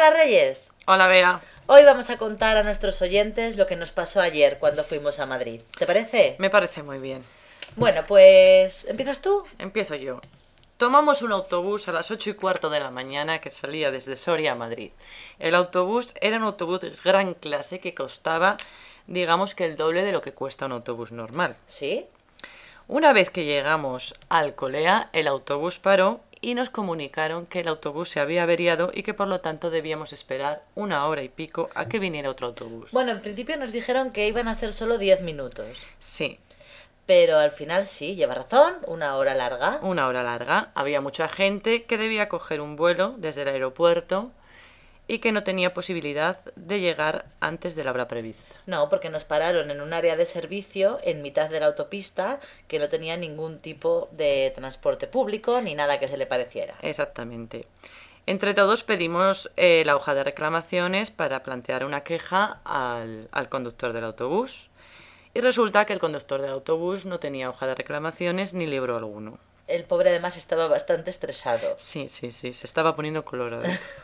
Hola Reyes, Hola, Bea. hoy vamos a contar a nuestros oyentes lo que nos pasó ayer cuando fuimos a Madrid. ¿Te parece? Me parece muy bien. Bueno, pues ¿empiezas tú? Empiezo yo. Tomamos un autobús a las 8:15 de la mañana que salía desde Soria a Madrid. El autobús era un autobús gran clase que costaba, digamos que el doble de lo que cuesta un autobús normal. ¿Sí? Una vez que llegamos a Alcolea, el autobús paró y nos comunicaron que el autobús se había averiado y que por lo tanto debíamos esperar 1 hora y pico a que viniera otro autobús. Bueno, en principio nos dijeron que iban a ser solo 10 minutos. Sí, Pero al final sí, lleva razón, 1 hora larga. 1 hora larga. Había mucha gente que debía coger un vuelo desde el aeropuerto y que no tenía posibilidad de llegar antes de la hora prevista. No, porque nos pararon en un área de servicio en mitad de la autopista que no tenía ningún tipo de transporte público ni nada que se le pareciera. Exactamente. Entre todos pedimos la hoja de reclamaciones para plantear una queja al conductor del autobús. Y resulta que el conductor del autobús no tenía hoja de reclamaciones ni libro alguno. El pobre además estaba bastante estresado. Sí, se estaba poniendo colorado.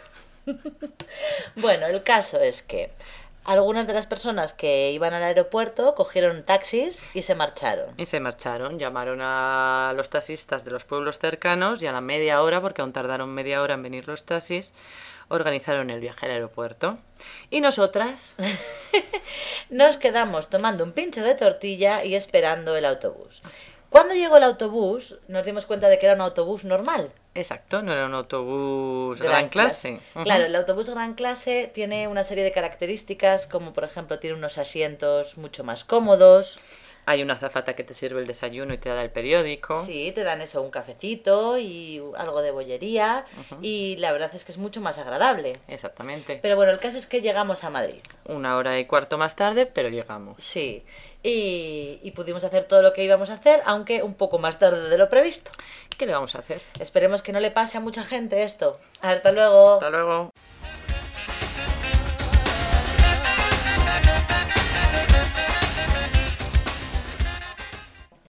Bueno, el caso es que algunas de las personas que iban al aeropuerto cogieron taxis y se marcharon. Y se marcharon, llamaron a los taxistas de los pueblos cercanos y a la media hora, porque aún tardaron media hora en venir los taxis, organizaron el viaje al aeropuerto. Y nosotras, Nos quedamos tomando un pincho de tortilla y esperando el autobús. Cuando llegó el autobús, nos dimos cuenta de que era un autobús normal. exacto, no era un autobús gran clase. Ujú. Claro, el autobús gran clase tiene una serie de características, como por ejemplo tiene unos asientos mucho más cómodos. Hay una azafata que te sirve el desayuno y te da el periódico. Sí, te dan eso, un cafecito y algo de bollería. Y la verdad es que es mucho más agradable. Exactamente. Pero bueno, el caso es que llegamos a Madrid. 1 hora y cuarto más tarde, pero llegamos. Sí, y pudimos hacer todo lo que íbamos a hacer, aunque un poco más tarde de lo previsto. ¿Qué le vamos a hacer? Esperemos que no le pase a mucha gente esto. Hasta luego. Hasta luego.